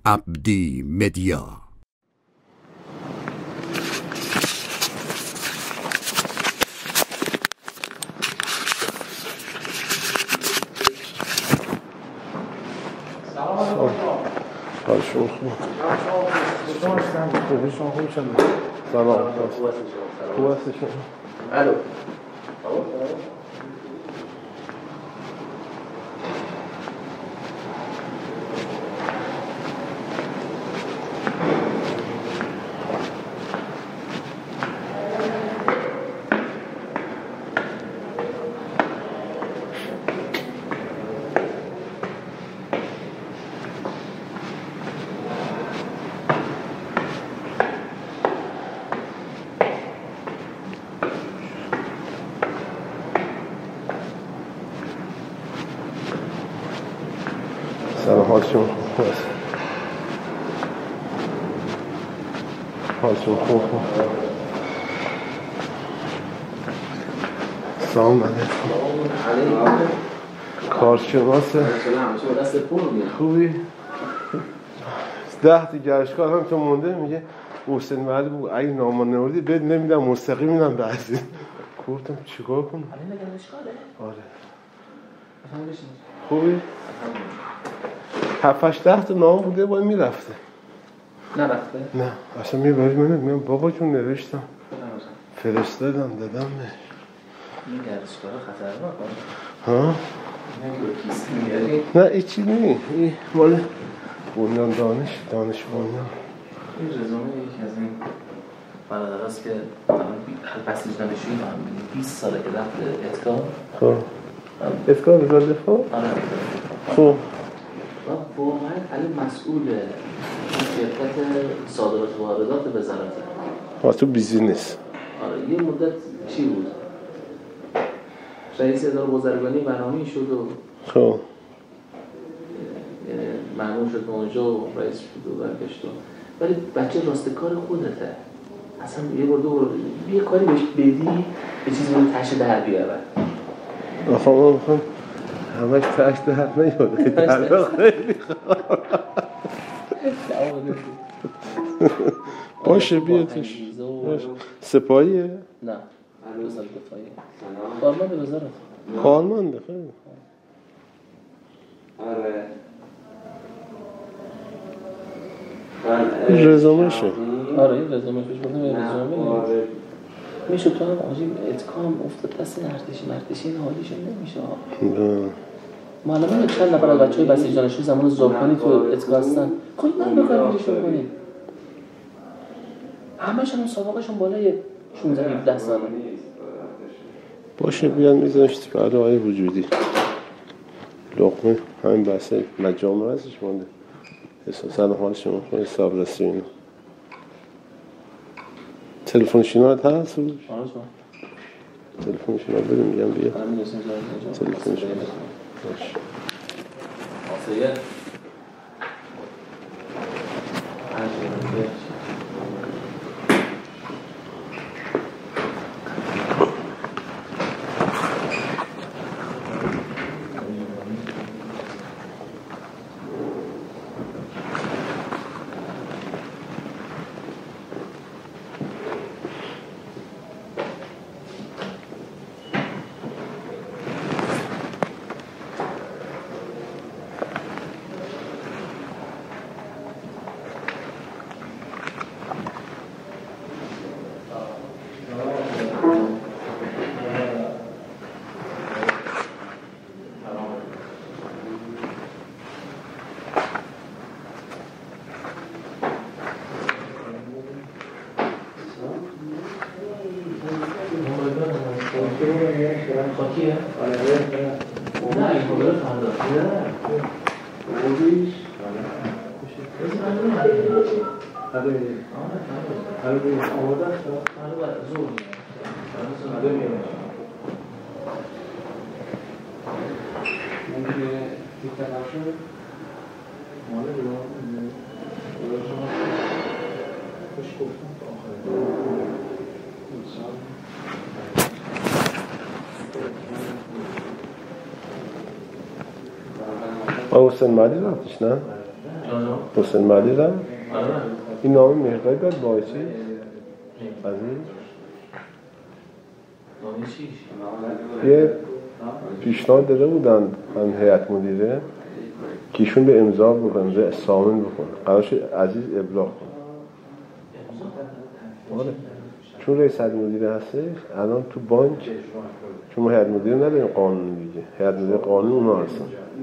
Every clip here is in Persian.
عبدی مدیا. سلام، حالشون خوب است؟ حالشون خوب؟ سلام علیکم. کارشناسه خوبی؟ 10 تا گشتگاه هم که مونده میگه حسین ولی بود اگه نام نوردی بد نمیدم مستقیم میدم بعضی. گفتم چیکار کنم؟ الان گشتگاهه؟ آره. خوبی؟ 7-8 تا نام بوده باید میرفته. نرفته؟ نه اصلا میبری میگم بابا جون نوشتم فرستادم دادم بهش. این گشتگاه خطرناکه. ها؟ نه ایچی نی، این مال بنیان دانش بنیان. این رزومه یکی از این برادر هست که بسیج نمیشوی هم 20 ساله که رفته اتکار. خب اتکار وزارت دفاع؟ آره. خب واقعا علی مسئول شرکت صادرات و واردات وزارته. ها تو بیزینس. آره یه مدت چی بود؟ رئیس اداره بازرگانی برنامه‌ای شد و خب مأمور شد اونجا و رئیس بود و برگشت. ولی بچه راست کار خودته. اصلا یه بار دو بار یه کاری بهش بدی یه چیزی رو تشه در بیاره. آخه ما میخوام همش تش در نیاده در خیلی باشه بیاتش. سپاهیه؟ نه وزارت دفاعی. کارمند وزارت. کارمنده خیلی. آره. این رزومشه. آره این رزومش بودم یه رزومه میشه تو هم آجی اتکام افتاد دست ارتشی این حالیش نمیشه. معلومه چند نفر از بچهای بسیج دانشجوی زمان زاپانی تو اتکا هستن. خب من بکارشون کنیم. همشون مسابقهشون بالای 16-17 ساله. باشه بیان میذاشت برای وجودی لقمه همین بحثه مجامع ازش مانده. حساسا حال شما خود حساب رسی اینو. تلفنشون هست؟ آره شما تلفنشون رو بدیم میگم بیا تلفنشون باشه آسیه خاکیه؟ نه این خبره فردا بودیش؟ حسین مدی رفتش نه؟ حسین مدیرم این نام مهرداد داد با چی؟ یه پیشنهاد داده بودن هم هیئت مدیره که ایشون به امضا بکنه سامن بکنه قرارش عزیز ابلاغ کنه آره چون رئیس هیئت مدیره هستش الان تو بانک چون ما هیئت مدیره نداریم قانون دیگه هیئت مدیره قانون اونا هستن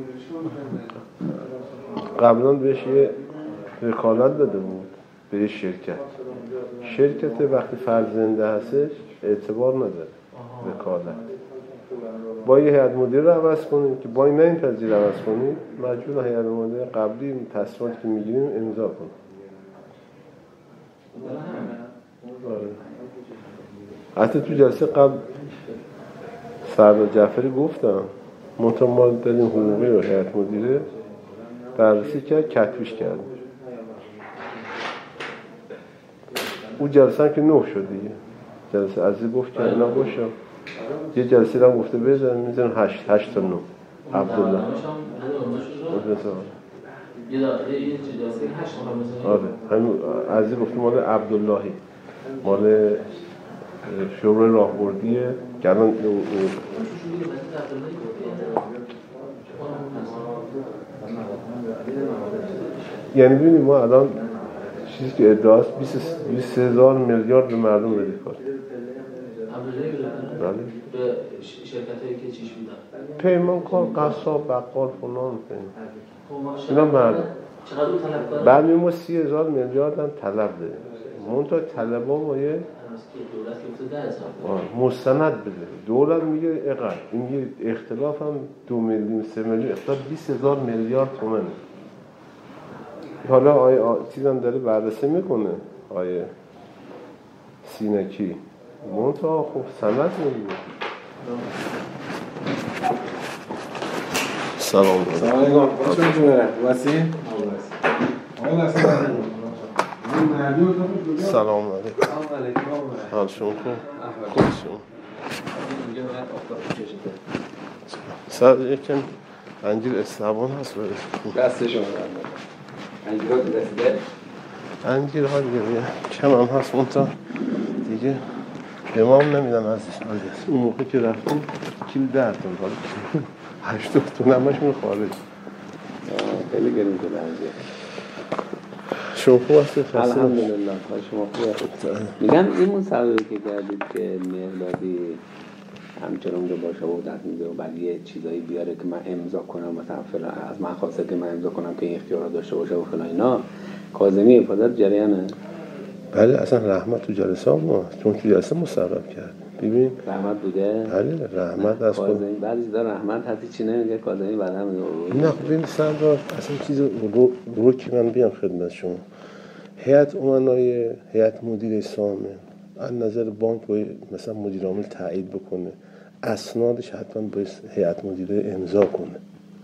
قبلا بهش یه وکالت داده بود به یه شرکت وقتی فرد زنده هستش اعتبار نداره وکالت با یه هیئت مدیره رو عوض کنیم که با این نمی‌پذیر عوض کنیم مجبور هیئت مدیره قبلی تصمیماتی که میگیریم امضا کنیم حتی تو جلسه قبل سردار جعفری گفتم منتها ما دادیم حقوقی رو هیئت مدیره بررسی کرد کتبیش کرد اون جلسه هم که 9 شد دیگه جلسه عزیز گفت که اینا باشه یه جلسه هم گفته بزن میزن 8 تا 9 عبدالله یه جلسه 8 تا 9 آره همین عزیز گفته مال عبداللهی مال شورای راهبردیه که الان یعنی ببینیم ما الان چیزی که ادعاست 23,000 میلیارد به مردم بدهکار بله به شرکتایی که چیش میدن پیمانکار قصاب بقال فلان اینا مردم چقدر طلب دارن بعد ما 30,000 میلیارد هم طلب داریم منتها طلبا ما یه مستند بده دولت میگه اقل این یه اختلاف هم 2 میلیون 3 میلیون اختلاف 20,000 میلیارد تومنه حالا آیه چیزم داره بررسی میکنه آیه سینکی منتها خب سند میگه سلام علیکم چون جوره واسه سلام علیکم حال شما خوب شما سر یکم انجیر استعبان هست برای دست شما انجیر ها رسیده؟ انجیر ها دیگه کم هم هست منطقه دیگه امام نمیدن ازش اون موقع که رفتیم کیل 10 تن حالا 80 تن همشون خارج خیلی گریم شده انجیر شما خوب هستی؟ الحمدلله شما خوب هستی میگم این مسابقه که کردید که مهردادی همچنان که باشه و دست میده و بعد یه چیزایی بیاره که من امضا کنم مثلا فلان از من خواسته که من امضا کنم که این اختیارات داشته باشه و فلان اینا کاظمی حفاظت جریانه بله اصلا رحمت تو جلسه ما چون تو جلسه مصرف کرد ببین رحمت بوده بله رحمت از کاظمی بعضی دا رحمت هستی چی نمیگه کاظمی بعد هم نه ببین سردار اصلا چیز رو که من بیام خدمت شما هیئت امنای هیئت مدیره سامن از نظر بانک باید مثلا مدیر عامل تایید بکنه اسنادش حتما باید هیئت مدیره امضا کنه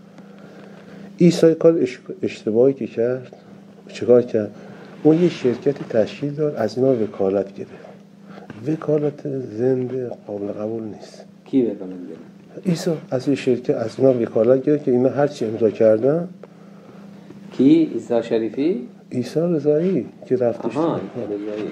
ایسای کار اشتباهی که کرد چیکار کرد اون یه شرکتی تشکیل داد از اینا وکالت گرفت وکالت زنده قابل قبول نیست کی وکالت گرفت ایسا از این شرکت از اینا وکالت گرفت که اینا هر چی امضا کردن کی ایسا شریفی ایسا رضایی که رفتش آها رضایی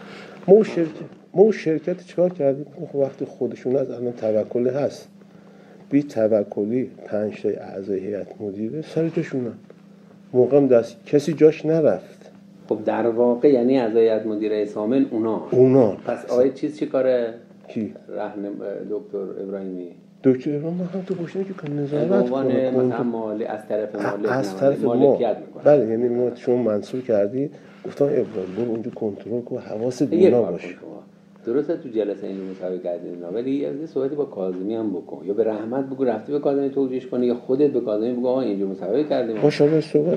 ما اون شرکت چیکار کردیم وقتی خودشون از الان توکلی هست بی توکلی 5 تا اعضای هیئت مدیره سر جاشونن موقعم دست کسی جاش نرفت خب در واقع یعنی اعضای هیئت مدیره سامن اونا پس آقای چی کاره کی دکتر ابراهیمی دکتر ابراهیم هم تو گوشه که نظارت کنه مثلا مالی از طرف مالکیت میکنه بله یعنی ما شما منصور کردی گفتم ابراهیم برو اونجا کنترل کن حواست بینا باشه درسته تو جلسه اینو مصاحبه کردین ولی از این صحبتی با کاظمی هم بکن یا به رحمت بگو رفتی به کاظمی توجیهش کنی یا خودت به کاظمی بگو آقا اینجا مصاحبه کردیم با شما صحبت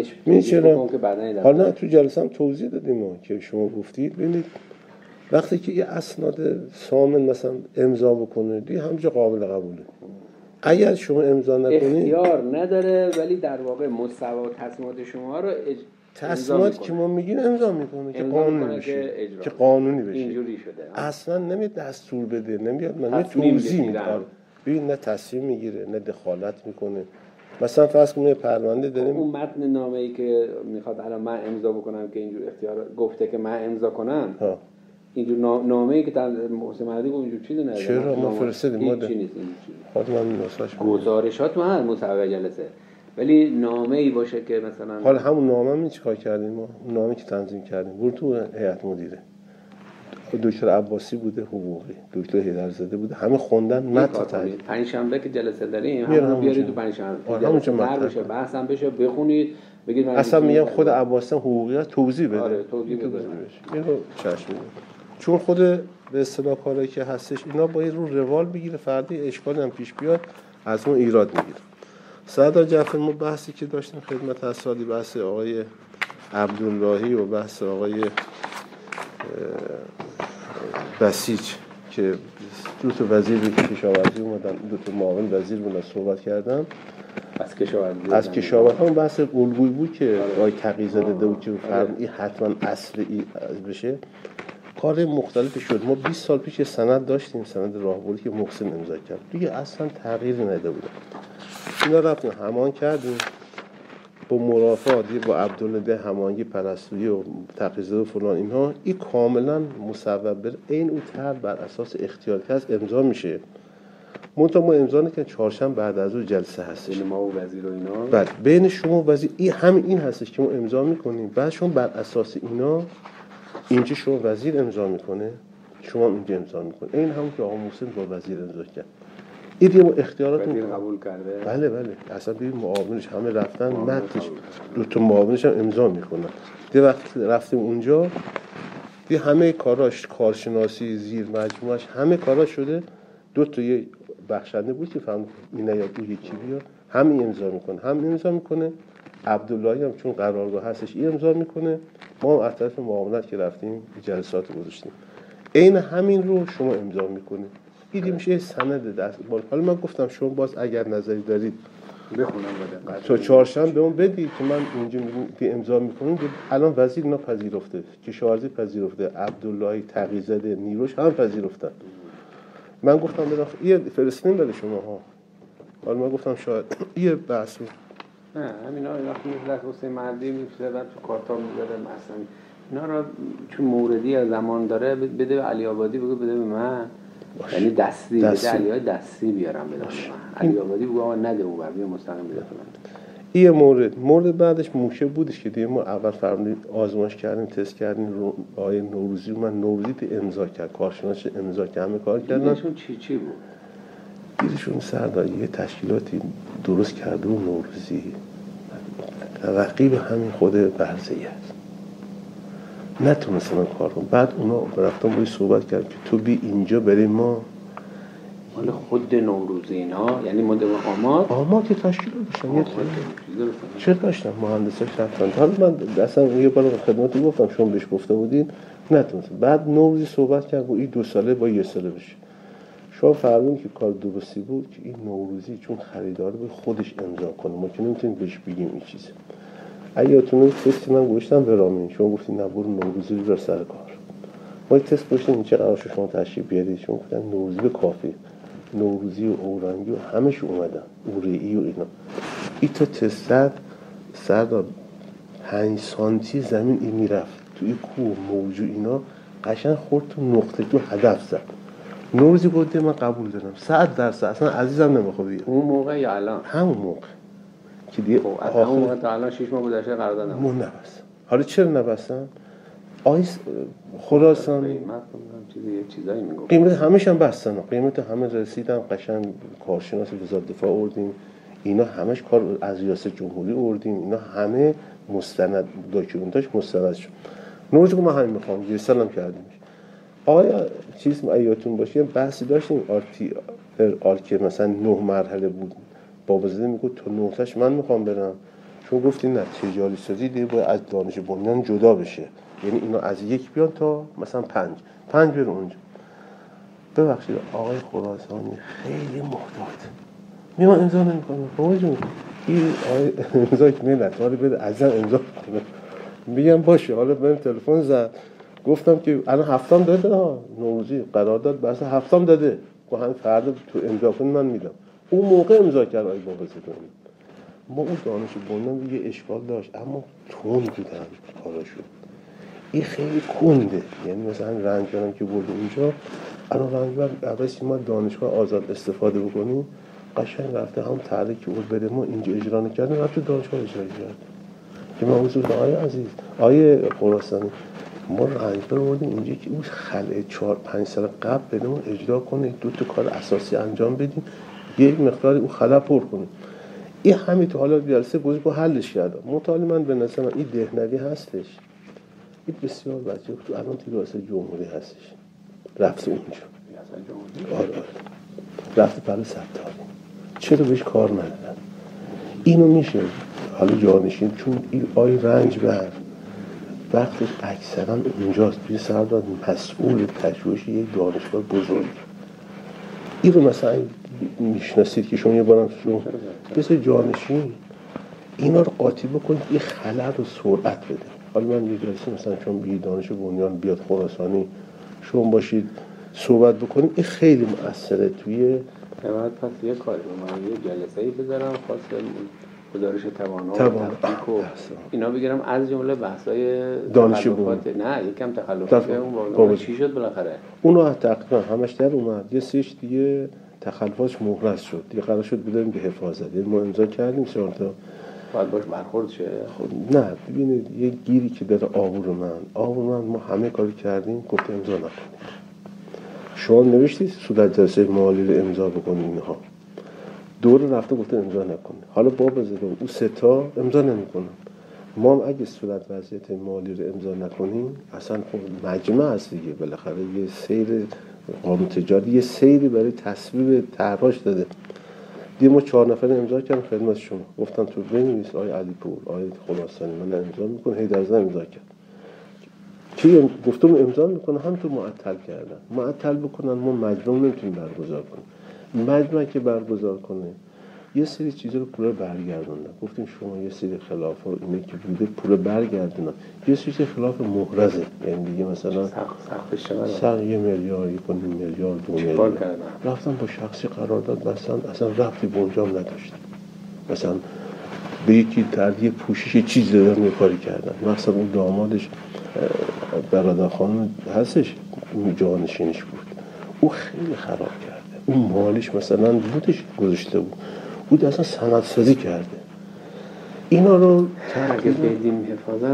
کنیم حالا تو جلسه هم توضیح دادیم ما که شما گفتید ببینید وقتی که یه اسناد سامن مثلا امضا بکنه دیگه همینجا قابل قبوله اگر شما امضا نکنید اختیار نداره ولی در واقع مستوا و تصمیمات شما رو تصمیماتی که ما میگیم امضا میکنه که قانونی بشه که قانونی بشه اینجوری شده اصلا نمیاد دستور بده نمیاد من توضیح میدم ببین نه تصمیم میگیره نه دخالت میکنه مثلا فرض کنید پرونده داریم، اون متن نامه‌ای که میخواد الان من امضا بکنم که اینجور اختیار گفته که من امضا کنم، اینجور نامه‌ای که محسن مهدی گفت اینجور چیزی نداره. چرا ما فرستادیم ما چیزی نیست خود من نسخه‌اش گزارشات تو هست مصوبه جلسه، ولی نامه‌ای باشه که مثلا حالا همون نامه می چیکار کردیم ما؟ اون نامه که تنظیم کردیم برو تو هیئت مدیره، دکتر عباسی بوده حقوقی، دکتر هیدرزاده بوده، همه خوندن متن تایید. پنجشنبه که جلسه داریم همون بیارید تو پنجشنبه همونجا متن بشه، بحثم بشه، بخونید بگید اصلا میگم خود عباسی حقوقی توضیح بده. آره توضیح بده. اینو چشم میدم. چون خود به اصطلاح کاری که هستش اینا باید رو روال بگیره، فردا اشکالی هم پیش بیاد از اون ایراد میگیره. سردار جعفر ما بحثی که داشتیم خدمت اساتید، بحث آقای عبداللهی و بحث آقای بسیج که دو تا وزیر کشاورزی اومدن، دو تا معاون وزیر بودن صحبت کردن از کشاورزی همون بحث الگویی بود که آقای تقی‌زاده داده بود که فرضی حتما اصلی بشه. کار مختلفی شد. ما 20 سال پیش سند داشتیم، سند راهبردی که محسن امضا کرد، دیگه اصلا تغییری نداده بود. اینا رفتیم همان کردیم با مرافعات با عبدالله همانگی پرستویی و تقی‌زاده و فلان اینها، این کاملا مصوب این اون طرح بر اساس اختیار که هست امضا میشه. منتها ما امضا نکنیم چهارشنبه بعد از اون جلسه هست بین ما و وزیر و اینا. بله بین شما و وزیر این هستش که ما امضا میکنیم، بعد شما بر اساس اینا اینجا شما وزیر امضا میکنه، شما اینجا امضا میکنه. این همون که آقا محسن با وزیر امضا کرد. این دیگه اختیاراتون وزیر قبول کرده. بله اصلا ببین معاونش همه رفتن متنش دو تا معاونش هم امضا میکنن. دیگه وقتی رفتیم اونجا دیگه همه کاراش، کارشناسی زیر مجموعش همه کارا شده. دو تا یه بخشنده بود که فهم اینا یا دو یکی بیاد هم امضا میکنه عبداللهی هم چون قرارگاه هستش این امضا میکنه. ما از طرف معاونت که رفتیم جلسات گذاشتیم عین همین رو شما امضا میکنید. این میشه سند دستمال. حالا من گفتم شما باز اگر نظری دارید بخونم بده تا چهارشنبه به اون بدید که من اینجا میگم امضا میکنم. الان وزیر اینا پذیرفته، کشاورزی پذیرفته، عبداللهی، تقی‌زاده، نیروش هم پذیرفتن. من گفتم بدم یه فرستین بده شما ها. حالا من گفتم شاید یه بحث نه همینا وقتی مثل حسین مهدی میفته بعد تو کارتا میذاره مثلا اینا را چون موردی از زمان داره بده به علی آبادی، بگو بده به من، یعنی دستی بده علیای دستی بیارم بده من. علی آبادی بگو آقا نده اون بر مستقیم بده من. این مورد بعدش موشه بودش که دیگه ما اول فرمودیم آزمایش کردیم، تست کردیم. آیه نوروزی من نوروزی امضا کرد، کارشناس امضا کرد، همه کار کردن. ایشون چی بود؟ ایشون سردار یه تشکیلاتی درست کرده و نوروزی رقیب همین خود برزه‌ای است، نتونستن کار کنن. بعد اونا رفتن باید صحبت کرد که تو بی اینجا بریم ما حالا خود نوروزی اینا یعنی مدل آماد که تشکیل داشتن چه داشتن مهندساش رفتن. حالا من اصلا یه بار خدمتی گفتم شما بهش گفته بودین نتونستن. بعد نوروزی صحبت کرد و این 2 ساله با 1 ساله بشه. شما فرمودین که کار درستی بود که این نوروزی چون خریدار به خودش امضا کنه، ما که نمیتونیم بهش بگیم این چیزه. اگه تونون تست من گوشتم به رامین شما گفتین نبور نوروزی رو سر کار. ما تست گوشتیم این چه قرار شما تشریف بیارید، شما گفتن نوروزی به کافی، نوروزی و اورنگی و همش اومدن، اورئی و اینا. این تا تست زد سردار 5 سانتی زمین این میرفت تو این کوه موجو اینا قشنگ خورد تو نقطه تو هدف زد. نوروزی گفته من قبول دارم 100% اصلا عزیزم نمیخواد. اون موقع یا الان؟ همون موقع که دیگه همون موقع تا الان 6 ماه گذشته قرارداد نبست. حالا چرا نبستن؟ آیس خراسان چیزایی میگفت قیمت همش هم بستن، قیمت همه رسیدن. قشنگ کارشناس وزارت دفاع آوردیم، اینا همش کار از ریاست جمهوری آوردیم، اینا همه مستند داکیومنتاش مستند شد. نوروزی که ما همین میخوام یه سالم کردیم. آیا چیز ایاتون باشه بحثی داشتیم که مثلا 9 مرحله بود. بابازاده میگه تو 9 تاش من میخوام برم، چون گفتین نه تجاری سازی دیگه باید از دانش بنیان جدا بشه، یعنی اینا از 1 بیان تا مثلا 5 بره اونجا. ببخشید آقای خراسانی خیلی محتاط میام امضا نمیکنه. بابا جون این امضا که ملت ولی بده ازم امضا کنه. میگم باشه. حالا من تلفن زد گفتم که الان 7 داده نوروزی قرارداد بس 7 داده با هم فردا تو امضا کن من میدم. اون موقع امضا کرد آقای بابازاده. ما اون دانش بنیان یه اشکال داشت اما تند بودن کاراشون. این خیلی کنده، یعنی مثلا رنجبرم که برده اونجا، الان رنجبر عوضی ما دانشگاه آزاد استفاده بکنیم، قشنگ رفته هم تحریک که بده ما اینجا اجرا نکردیم رفته دانشگاه اجرا کرد. که من حضور آقای عزیز، آقای خراسانی، ما رنجبر بردیم اینجا که اون خلع 4-5 سال قبل بده ما اجرا کنه، 2 تا کار اساسی انجام بدیم، یک مقدار اون خلع پر کنیم. این همین تو حالا جلسه گذشته با حلش کردم. مطالعه من به نظر من این دهنوی هستش. این بسیار بچه تو الان توی ریاست جمهوری هستش. رفته اونجا. آره. رفته برای ستاری. چرا بهش کار ندادن؟ اینو میشه حالا جانشین، چون این آی رنجبر وقتش اکثرا اونجاست، توی سرداد مسئول پژوهش یک دانشگاه بزرگ. این رو مثلا میشناسید که شما یه بارم مثل جانشین اینا رو قاطی بکنید، یه خلل رو سرعت بده. حالا من یه جلسه مثلا چون بی دانش بنیان بیاد خراسانی شما باشید صحبت بکنیم، این خیلی مؤثره توی بعد پس یه کاری رو من یه جلسه‌ای بذارم خاص گزارش توانا و تفکیک و اینا بگیرم، از جمله بحث‌های دانش تخلفات، نه یکم تخلفات اون واقعا چی شد بالاخره اونو تقریبا همش در اومد، یه سیش دیگه تخلفاتش مهرس شد دیگه، قرار شد بدیم به حفاظت، یعنی ما امضا کردیم 4 تا باید باش برخورد شه. خب نه ببینید یه گیری که داره آبور من ما همه کاری کردیم گفت امضا نکنید. شما نوشتید صورت جلسه مالی رو امضا بکنید، اینها دور رفته گفته امضا نکنید. حالا باب زده اون 3 تا امضا نمیکنن. ما هم اگه صورت وضعیت مالی رو امضا نکنیم اصلا خب مجمع هست دیگه، بالاخره یه سیر قانون تجاری یه سیری برای تصویب طرحش داده دیگه. ما 4 نفر امضا کردیم خدمت شما، گفتن تو بنویس آقای علیپور آقای خراسانی من امضا میکنم، هیدرزا امضا کرد که گفتم امضا میکنه، هم تو معطل کردن. معطل بکنن ما مجمع نمیتونیم برگزار کنیم. مجمع که برگزار کنه یه سری چیزا رو پول برگردوندن، گفتیم شما یه سری خلاف و اینه که بوده پول برگردوندن، یه سری خلاف محرزه، یعنی دیگه مثلا سختش چقدر؟ سر 1 میلیارد 1.5 میلیارد 2 میلیارد رفتن با شخصی قرارداد بستن، اصلا ربطی به اونجا هم نداشت. مثلا به یکی تردیه پوشش چیزی دادن یه کاری کردن، مثلا اون دامادش برادر خانم هستش جانشینش بود، او خیلی خراب کرده، اون مالش مثلا بودش گذاشته بود اصلا سند سازی کرده. اینا رو اگه بدیم حفاظت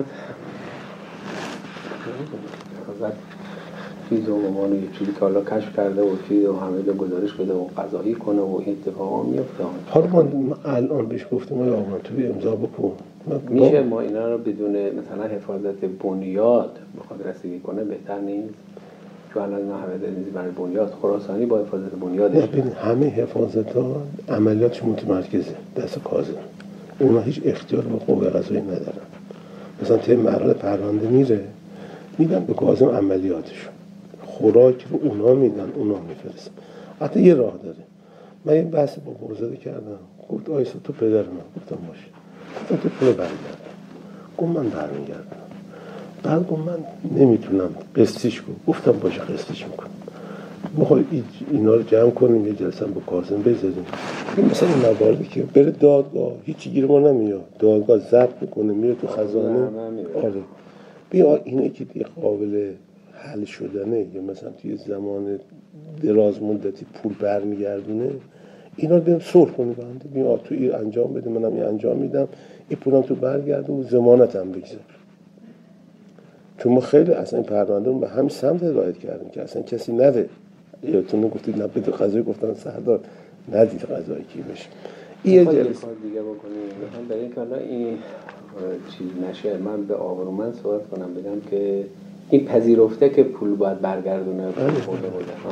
چیز رو مامانو یه چیزی که حالا کشف کرده و چیز رو همه به گزارش بده و قضایی کنه و این اتفاقا میفته. حالا ما الان بهش گفتیم آقا من توی امضا بکن، میشه ما اینا رو بدون مثلا حفاظت بنیاد بخواد رسیدگی کنه بهتر نیست؟ چون الان اینا همه دلیلی برای بنیاد خراسانی با حفاظت بنیادش. ببین همه حفاظت ها عملیاتش متمرکزه دست کاظم، اونا هیچ اختیار به قوه قضایی ندارن. مثلا طی مراحل پرونده میدن به کاظم عملیاتشون، خوراک رو اونا میدن اونا میفرستن. حتی یه راه داره. من یه بحث با برزاده کردم، گفت آیسا تو پدر من، گفتم باشه، گفتم تو پول برگردم، گفت من برمیگردم، بعد گفت من نمیتونم قسطیش کن، گفتم باشه قسطیش میکنم، میخوای اینا رو جمع کنیم یه جلسه با کاظم بذاریم. این مثلا مواردی که بره دادگاه هیچی گیر ما نمیاد، دادگاه ضبط میکنه میره تو خزانه. آره بیا اینه که دیگه قابل حل شدنه یا مثلا توی زمان دراز مدتی پول برمیگردونه، اینا رو بریم صلح کنیم بنده بیا تو این انجام بده منم این انجام میدم، این پولم تو برگردون و ضمانت هم بگذار. چون ما خیلی اصلا این پرونده رو به همین سمت هدایت کردیم که اصلا کسی نده، یادتونه گفتید نه بده قضایی، گفتن سردار ندید قضایی کی بشه. یه کار دیگه بکنیم میخوام برای اینکه حالا این چیز نشه من به آبرومند صحبت کنم بگم که این پذیرفته که پول باید برگردونه خورده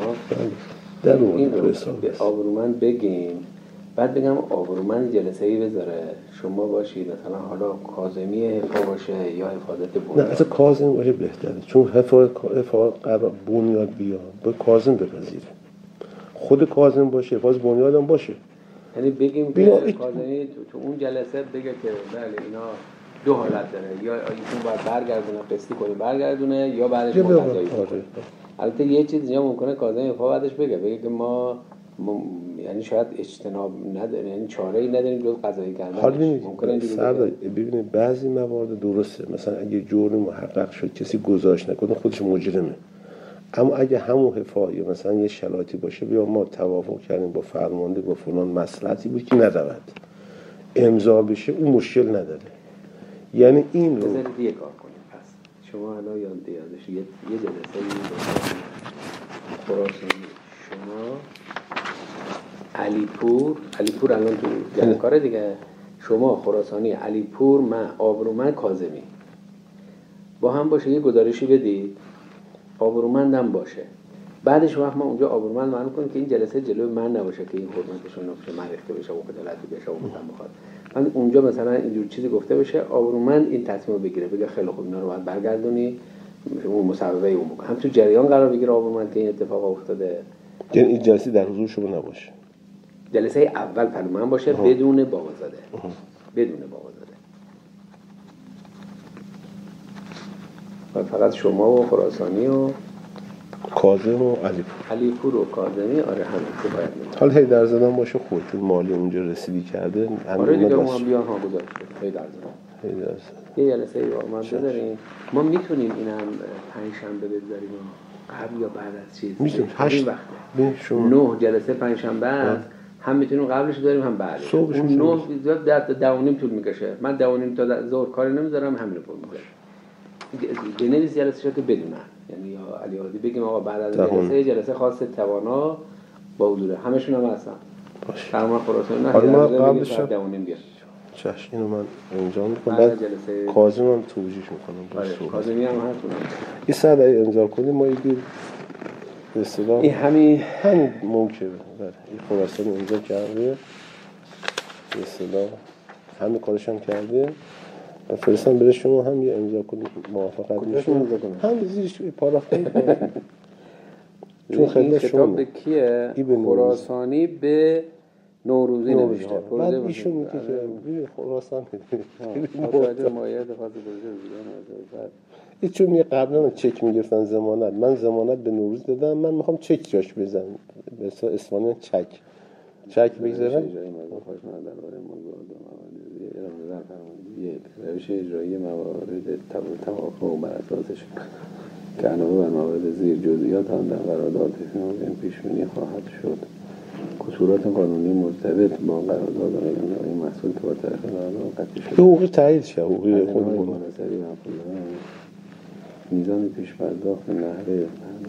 در این رو به آبرومند بگیم، بعد بگم آبرومند جلسه‌ای بذاره شما باشید مثلا حالا کاظمی حفاظ باشه یا حفاظت بنیاد. نه اصلا کاظم باشه بهتره، چون حفاظ قرار بنیاد بیاد با کاظم بپذیره، خود کاظم باشه حفاظ بنیاد هم باشه، یعنی بگیم که کاظمی تو اون جلسه بگه که بله اینا 2 حالت داره، یا ایشون باید برگردونه قسطی کنه برگردونه یا بعدش قضایی کنه. البته یه چیز اینجا ممکنه کاظم حفاظ بعدش بگه که ما یعنی شاید اجتناب نداره، یعنی چاره‌ای نداریم جز قضایی کردن. حالا ببینید بعضی موارد درسته، مثلا اگه جرم محقق شد کسی گذاشت نکنه خودش مجرمه، اما اگه همون حفاظی مثلا یه شرایطی باشه بیا ما توافق کردیم با فرمانده با فلان مصلحتی بود که ندارد امضا بشه، اون مشکل نداره. یعنی این رو بذارید یه کار کنیم. پس شما الان یادش یه جلسه خراسانی، شما علیپور الان تو کار دیگه، شما خراسانی، علیپور، من آبرومند، کاظمی با هم باشه، یه گزارشی بدید آبرومندم باشه. بعدش وقت ما اونجا آبرومند معلوم کنیم که این جلسه جلوی من نباشه که این حرمتشون نباشه، من ریخته بشه و عدالتی بشه و مثلا بخواد من اونجا مثلا اینجور چیزی گفته بشه، آبرومند این تصمیم بگیره، بگه خیلی خوب اینا رو باید برگردونی، اون مصوبه اون بکنه، هم تو جریان قرار بگیره آبرومند که این اتفاق افتاده. یعنی این جلسه در حضور شما نباشه، جلسه اول پلومن باشه بدون باقازاده، بدون باقازاده، فقط شما و خراسانی و کاظم و علیپور و کاظمی. آره همین که باید میگم. حالا هی در زدن باشه خودتون مالی اونجا رسیدی کرده. آره دیگه اون بیان ها گذاشته هی در زدن. یه جلسه ای ما داریم. ما میتونیم اینم پنجشنبه بذاریم قبل یا بعد از چیز؟ میتونیم 8 وقته. 9 جلسه پنجشنبه است. هم میتونیم قبلش داریم هم بعدش. اون 9 زیاد 2:30 طول میکشه. من 2:30 تا ظهر کاری نمیذارم، همین رو میذارم. بنویس جلسه شو که بدونن، یعنی یا علی عادی بگیم آقا بعد از جلسه خاص توانا با حضور همشون هم هستن. باشه. فرمان خراسانی نه. حالا قبلش 2:30 بیاد. چش اینو من انجام میکنم. بعد کاظم هم توجیه میکنم. آره کاظمی هم هستونه. این ساده امضا کنیم ما یه به اصطلاح این همین ممکنه. این خراسانی امضا کرده. به اصطلاح همین کارش هم کرده. و فرستم بره شما هم یه امضا کنید موافقت میشه. هم زیرش پاراگراف کنید. چون خدمت شما به کیه؟ خراسانی به نوروزی نوشته. بعد ایشون میگه که ببین خراسان متوجه مایه خاص بزرگ این چون قبلا چک میگرفتن ضمانت، من ضمانت به نوروز دادم، من میخوام چک جاش بزنم به اصطلاح چک بگذارم. روش اجرایی موارد توافق بر اساسش که علاوه بر موارد زیر جزئیات آن در قرارداد این پیش‌بینی خواهد شد. کسورات قانونی مرتبط با قرارداد این محصول که با تاریخ قرارداد قطعی شد. حقوقی تایید شه، حقوقی خودمون. میزان پیش پرداخت نحوه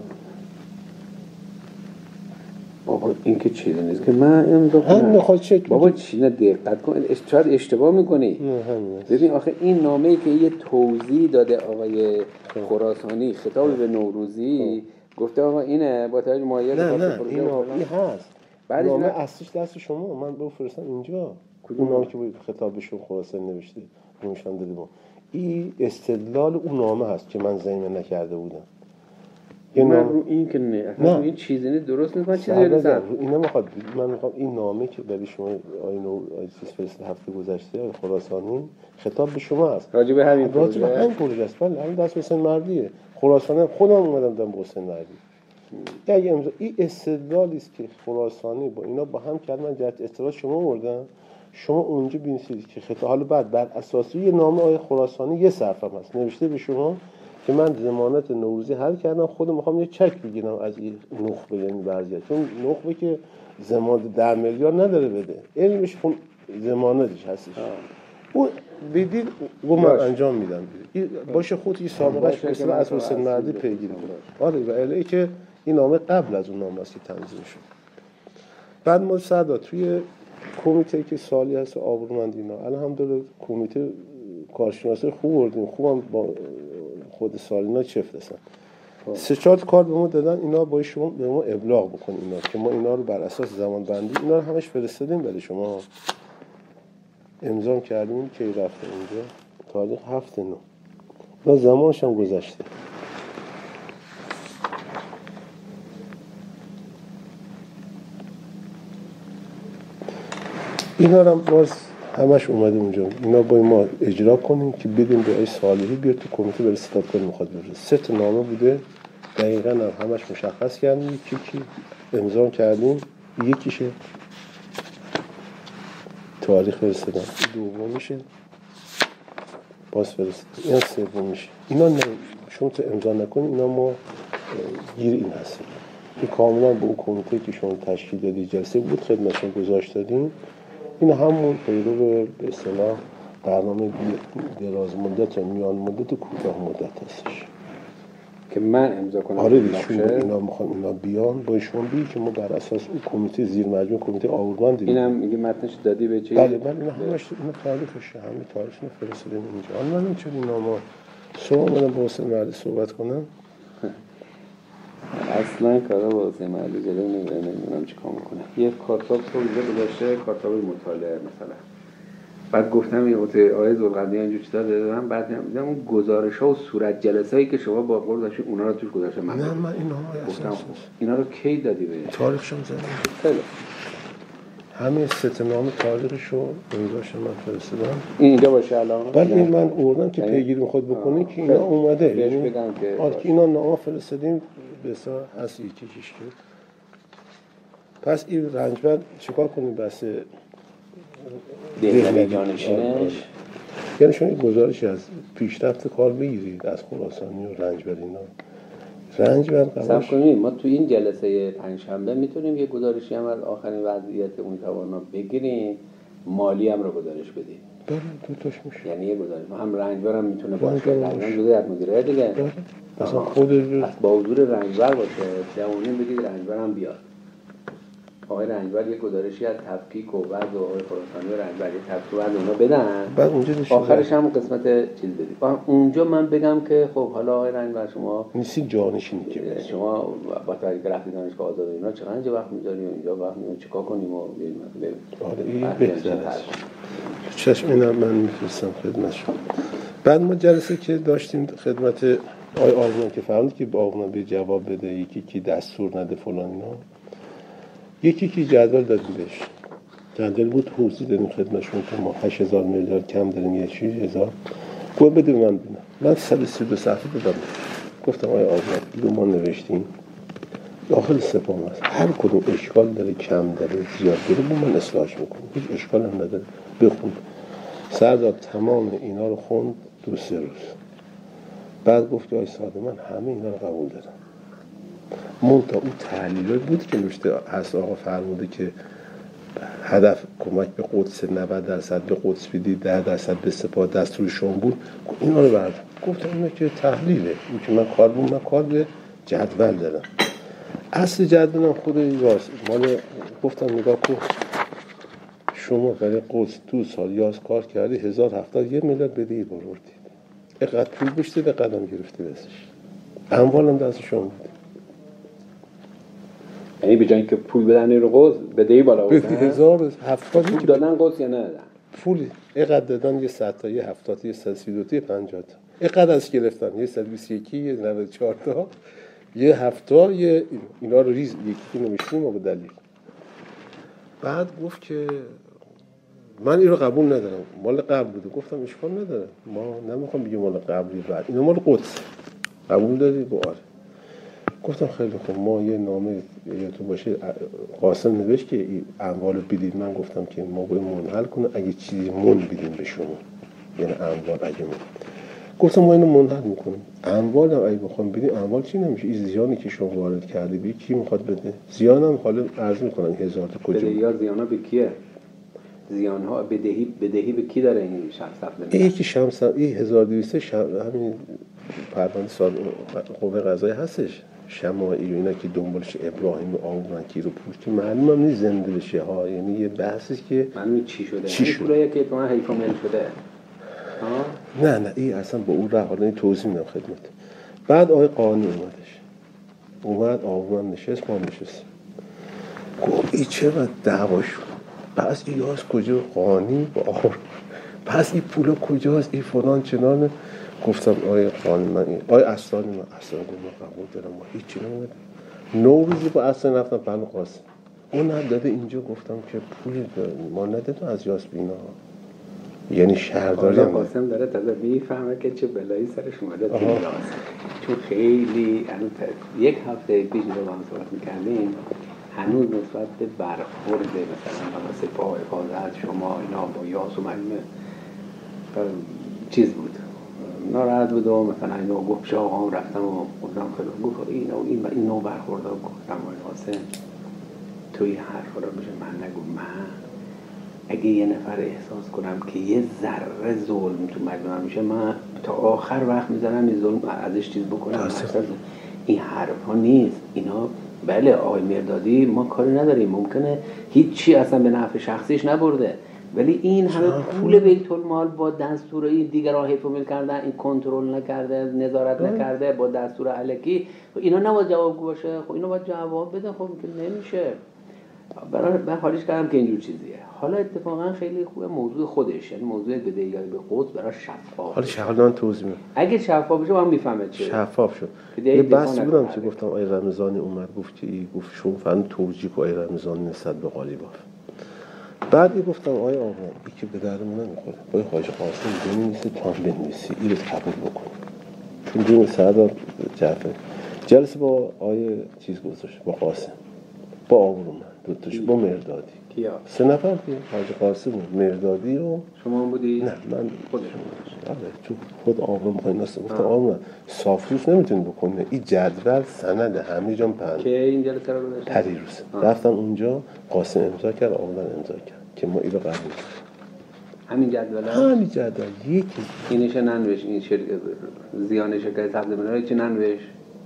بابا این که چیزی نیست که من امضا کنم. میخواد چک بابا چی نه دقت کن، شاید اشتباه میکنی. ببین آخه این نامه‌ای که یه توضیح داده آقای خراسانی خطاب به نوروزی گفته آقا اینه با توجه مایه نه این هست. نامه اصلیش دست شما، من بفرستم اینجا. کدوم نامه که خطاب به شما خراسانی نوشته نمیشم دادیم. این استدلال اون نامه هست که من ضمن نکرده بودم. من رو این که نه این چیزی نیست، درست نیست. من چیزی نیست. اینا میخواد من میخوام این نامه که برای شما آیه چیز فرست هفته گذشته خراسانی خطاب به شما است. راجع به همین پروژه است. ولی همین دست حسین مردیه. خراسانی خودم اومدم دادم به حسین مردی. اگه امضا این استدلالی است که خراسانی با اینا با هم کردن، من جهت اطلاع شما آوردم. شما اونجا ببینید که خطاب حالا بعد بر اساس یه نامه آیه خراسانی یه صفحه هست نوشته به شما که من ضمانت نوروزی حل کردم، خودم میخوام یه چک بگیرم از این نخبه، یعنی برزیت، چون نخبه که ضمانت 10 میلیارد نداره بده، علمش خون ضمانتش هستش. او بدید و من انجام میدم. باشه خود این سابقهش مثل از حسین مردی پیگیری کنه. آره و الی که این نامه قبل از اون نامه است که تنظیم شد. بعد ما صدا توی کمیته که سالی هست آبرومند اینا الحمدلله کمیته کارشناسی خوب بردیم، خوبم با خود سالینا چفت هستن. 3-4 کار به ما دادن، اینا با شما به ما ابلاغ بکنید اینا که ما اینا رو بر اساس زمان بندی اینا رو همش فرستادیم برای شما. امضا کردیم که رفته اینجا تاریخ 7/9 اینا زمانش هم گذشته. اینا رو باز همش اومده اونجا. اینا با ما اجرا کنیم که بدیم به ای صالحی بیاد تو کمیته برای ستاد کنیم میخواد بفرسته. 3 نامه بوده دقیقاً همش مشخص کردیم کی امضا کردیم، یکیشه تاریخ فرستادم، دوم میشه باز فرستادم، این سوم میشه. اینا شما تو امضا نکنید اینا ما گیر این هستیم. این کاملا به اون کمیته که شما تشکیل دادی جلسه بود خدمتشون گذاشت دادیم. این همون پیرو به اصطلاح برنامه دراز مدت یا میان مدت و کوتاه مدت هستش که من امضا کنم. آره دیگه اینا میخوان اینا بیان با شما بگی که ما بر اساس اون کمیته زیر مجموعه کمیته آوردن دیگه. اینم میگه متنش دادی به چی؟ بله اینا همش اینا تاریخشه، همه تاریخش فرستادیم اینجا. من چون اینا ما صبح منم با حسین معلی صحبت کنم اصلا کارا با حسین معلی جلو نمیدونم چیکار میکنه. یه کارتاب تو اینجا گذاشته، کارتاب مطالعه مثلا. بعد گفتم این آقای ذوالقرنی اینجور چیزا دادم، بعد دیدم اون گزارش‌ها و صورت جلسه‌ای که شما با قول داشتید اونا رو توش گذاشته. نه من اینا گفتم اینا رو کی دادی بهش؟ تاریخشون زدم. خیلی همه ستنامه تاریخشو امضاش من فرستادم. اینجا باشه الان. ولی من اوردم که پیگیری میخواد بکنه که اینا اومده. بهش بگم که آره اینا نامه فرستادیم به اصلا هست یکیش که پس این رنجبر چیکار کنیم بس دهلوی جانشینش، یعنی شما این گزارشی از پیشرفت کار بگیرید از خراسانی و رنجبر اینا. رنجبر قبولش کنیم. ما تو این جلسه پنجشنبه میتونیم یه گزارشی هم از آخرین وضعیت اون توانا بگیریم، مالی هم رو گزارش بدیم. بله دو تاش میشه. یعنی یه گزارش هم رنجبر هم میتونه باشه، رنجبر جزء از مدیره دیگه. مثلا خود با حضور رنجبر باشه، جوانی بگید رنجبر هم بیاد. آقای رنجبر یه گزارشی از تفکیک و وضع و آقای خراسانی و رنجبر یه تفکیک اونا بدن، بعد اونجا آخرش هم قسمت چیز بدید. اونجا من بگم که خب حالا آقای رنجبر شما نیستی جانشینی که شما با تاریخ رفتی دانشگاه آزاد اینا چقدر وقت می‌ذاریم اینجا وقت می‌ذاریم چیکار کنیم و بریم. آره این بهتره. چشم اینا من می‌فرستم خدمتشون. بعد ما جلسه که داشتیم خدمت آقای آرمان که فرمود که با آرمان به جواب بده، یکی که دستور نده فلان اینا، یکی که جدول دادیم بهش، جدول بود توضیح دادیم خدمتشون که ما 8000 میلیارد کم داریم یه چیز هزار گفت بده من ببینم. من 132 صفحه دادم، گفتم آقای آرمان اینو ما نوشتیم داخل سپاه هست، هر کدوم اشکال داره کم داره زیاد داره با من اصلاحش میکنم، هیچ اشکال هم نداره بخون. سردار تمام اینا رو خوند 2-3 روز، بعد گفت آقای ساده من همه اینا رو قبول دارم. منتها اون تحلیلی بود که نوشته هست آقا فرموده که هدف کمک به قدس 90% به قدس بدید 10% به سپاه دستور شما بود، اینا رو برد گفتم اینا که تحلیله، این که من کار بود، من کار به جدول دارم. اصل جدولم خود یاس مال گفتم نگاه کن شما برای قدس 2 سال یاس کار کردی 1071 میلیارد بدهی بردید، اینقدر پول بشته به قدم گرفته بسش، اموالم دست شما بود. یعنی به جای که پول بدن رو قدس بدهی بالا بود. 1070 پول دادن قدس یا نه دادن؟ پول اینقدر دادن، یه 100 تا، یه 70 تا، یه 132 تا، یه 50 تا. اینقدر از گرفتن، یه 121، یه 94 تا، یه 7 تا، یه اینا رو ریز یکی نمیشیم و به دلیل. بعد گفت که من این رو قبول ندارم، مال قبل بوده. گفتم اشکال نداره، ما نمیخوام بگیم مال قبلی، بعد اینا مال قدس قبول داری؟ با آره. گفتم خیلی خوب، ما یه نامه یادتون باشه قاسم نوشت که این اموال رو بدید، من گفتم که ما باید منحل کنه اگه چیزی من بدیم به شما، یعنی اموال اگه من گفتم ما اینو منحل میکنیم، اموال هم اگه بخوام بدیم اموال چی نمیشه، این زیانی که شما وارد کردی بی کی میخواد بده؟ زیان هم حالا عرض میکنن 1000 تا کجا بدهی ها زیان ها به کیه؟ زیان ها بدهی به کی داره این شمس افزایی؟ یکی شمس این 1200 همین پرونده سال قوه قضایی هستش، شماعی و اینا که دنبالش ابراهیم و آومنکی رو پول که معلوم هم نیست زنده بشه ها، یعنی یه بحثی که معلوم چی شده؟ چی شده؟ پولایی که تو من حیفا مل شده نه این اصلا با اون حالا توضیح میدم خدمت. بعد آقای قانی اومد آومن نشست، ما نشست، گفت این چقدر دعوا شد، پس این یاس کجا قانی با آور، پس این پولا کجاست، این فلان چنانه. گفتم آقای قانی من آقای اصلانی من قبول دارم، ما هیچی نمیده. 9 روزی با اصلا رفتم پلو قاسم، اون نداده اینجا، گفتم که پول ما ندادم از یاس بینا، یعنی شهرداری هم قاسم داره تازه میفهمه که چه بلایی سرش اومده تو چون خیلی یک هفته پیش رو با هم صحبت میکردیم، هنوز نسبت به برخورد مثلا سپاه حفاظت شما اینا با یاس و مجموعه چیز بود، ناراحت بود و مثلا اینو گفت آقا رفتم و گفتم خیلی گفت این نوع برخوردار گفتم آقای قاسم توی حرف را بشه من نگو. من اگه یه نفر احساس کنم که یه ذره ظلم تو مجموعه میشه من تا آخر وقت میذارم این ظلم ازش چیز بکنم. این حرف ها نیست اینا. بله آقای مردادی ما کاری نداریم، ممکنه هیچی اصلا به نفع شخصیش نبرده، ولی این همه پول بیت المال با دستور این دیگران حفظ و ملک کردن، این کنترل نکرده، نظارت نکرده با دستور الکی، اینا نباید جوابگو باشه. خب اینا باید جواب بده. خب که نمیشه. برای من حالیش کردم که اینجور چیزیه. حالا اتفاقا خیلی خوبه موضوع خودش، یعنی موضوع بدهی‌های به قدس برای شفاف. حالا شغلان توضیح میدم. اگه شفاف بشه من میفهمم چه. شفاف شد. یه بحث بودم که گفتم آقای رمضانی اومد گفت که گفت شما فن توجیه آقای رمضانی نسبت به قالیباف. بعد گفتم آقای آقا این که به درمون نمیخوره. با حاج قاسم بنویسه تا بنویسی اینو قبول بکنه. چون دو سردار جعفر جلسه با آقای چیز گذاشت با قاسم با آبرومند دو تاش با مردادی کیا 3 نفر که حاج قاسم مردادی و شما بودی؟ نه من خودشون آره چون خود آبروم پایین است. گفتم آبروم صافروش نمیتونی بکنه این جدول سند همه جام پند که این جلسه رو گذاشت پریروز رفتم اونجا قاسم امضا کرد آبروم امضا کرد که ما اینو قبول کردیم. همین جدول همین جدول یکی اینش ننوشت این زیان شرکت سبز مناره چه ننوشت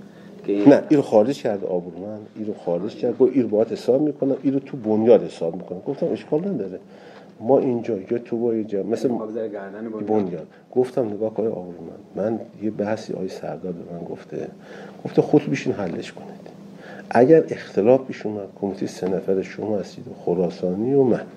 نه اینو خارج کرد آبرومند اینو خارج کرد گفت اینو باید حساب میکنم اینو تو بنیاد حساب میکنم. گفتم اشکال نداره ما اینجا یا تو با اینجا مثل بنیاد. گفتم نگاه کنید آبرومند من یه بحثی آقای سردار به من گفته خود بیشین حلش کنید. اگر اختلاف پیش اومد کمیته 3 نفر شما هستید و خراسانی و من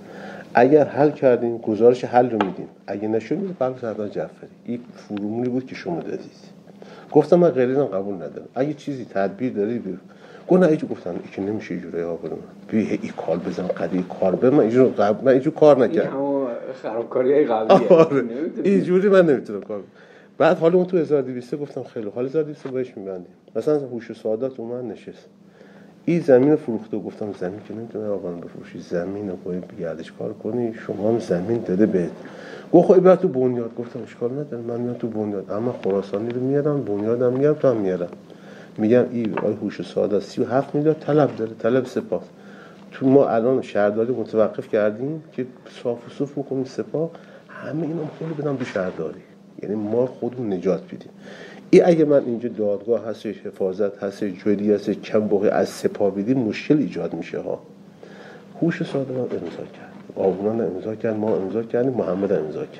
اگر حل کردیم گزارش حل رو میدیم، اگه نشد میره برای سردار جعفری. این فرمولی بود که شما دادید. گفتم من غیرنا قبول ندارم. اگه چیزی تدبیر داری بگو. گفت نه اینجوری گفتم این که نمیشه اینجوری آقا من. بیا این کار بزن قضیه کار به من اینجوری کار نکردم. این خرابکاریای قبلیه. اینجوری من نمیتونم کار. بعد حالا اون تو 1200 گفتم خیلی حالا 1200 بهش میبندیم. مثلا هوش و سعادت اومد نشست. این زمین فروخته. گفتم زمین که نمیتونه آقا من بفروشی، زمین رو باید گردش کار کنی، شما هم زمین داده بهت. گفت خب برات تو بنیاد. گفتم اشکال نداره من میام تو بنیاد، اما خراسانی رو میارم بنیادم میارم تو هم میارم. میگم این آقای هوش و سعادت 37 میلیارد طلب داره، طلب سپاه. تو ما الان شهرداری متوقف کردیم که صاف و صوف میکنیم سپاه، همه اینا خیلی بدم به شهرداری، یعنی ما خودمون نجات بدیم. این اگه من اینجا دادگاه هستش، حفاظت هستش، جوری هستش، کم بقیه از سپاه بدیم مشکل ایجاد میشه ها. هوش و سعادت امضا کرد، آبونان امضا کرد، ما امضا کردیم، محمد امضا کرد.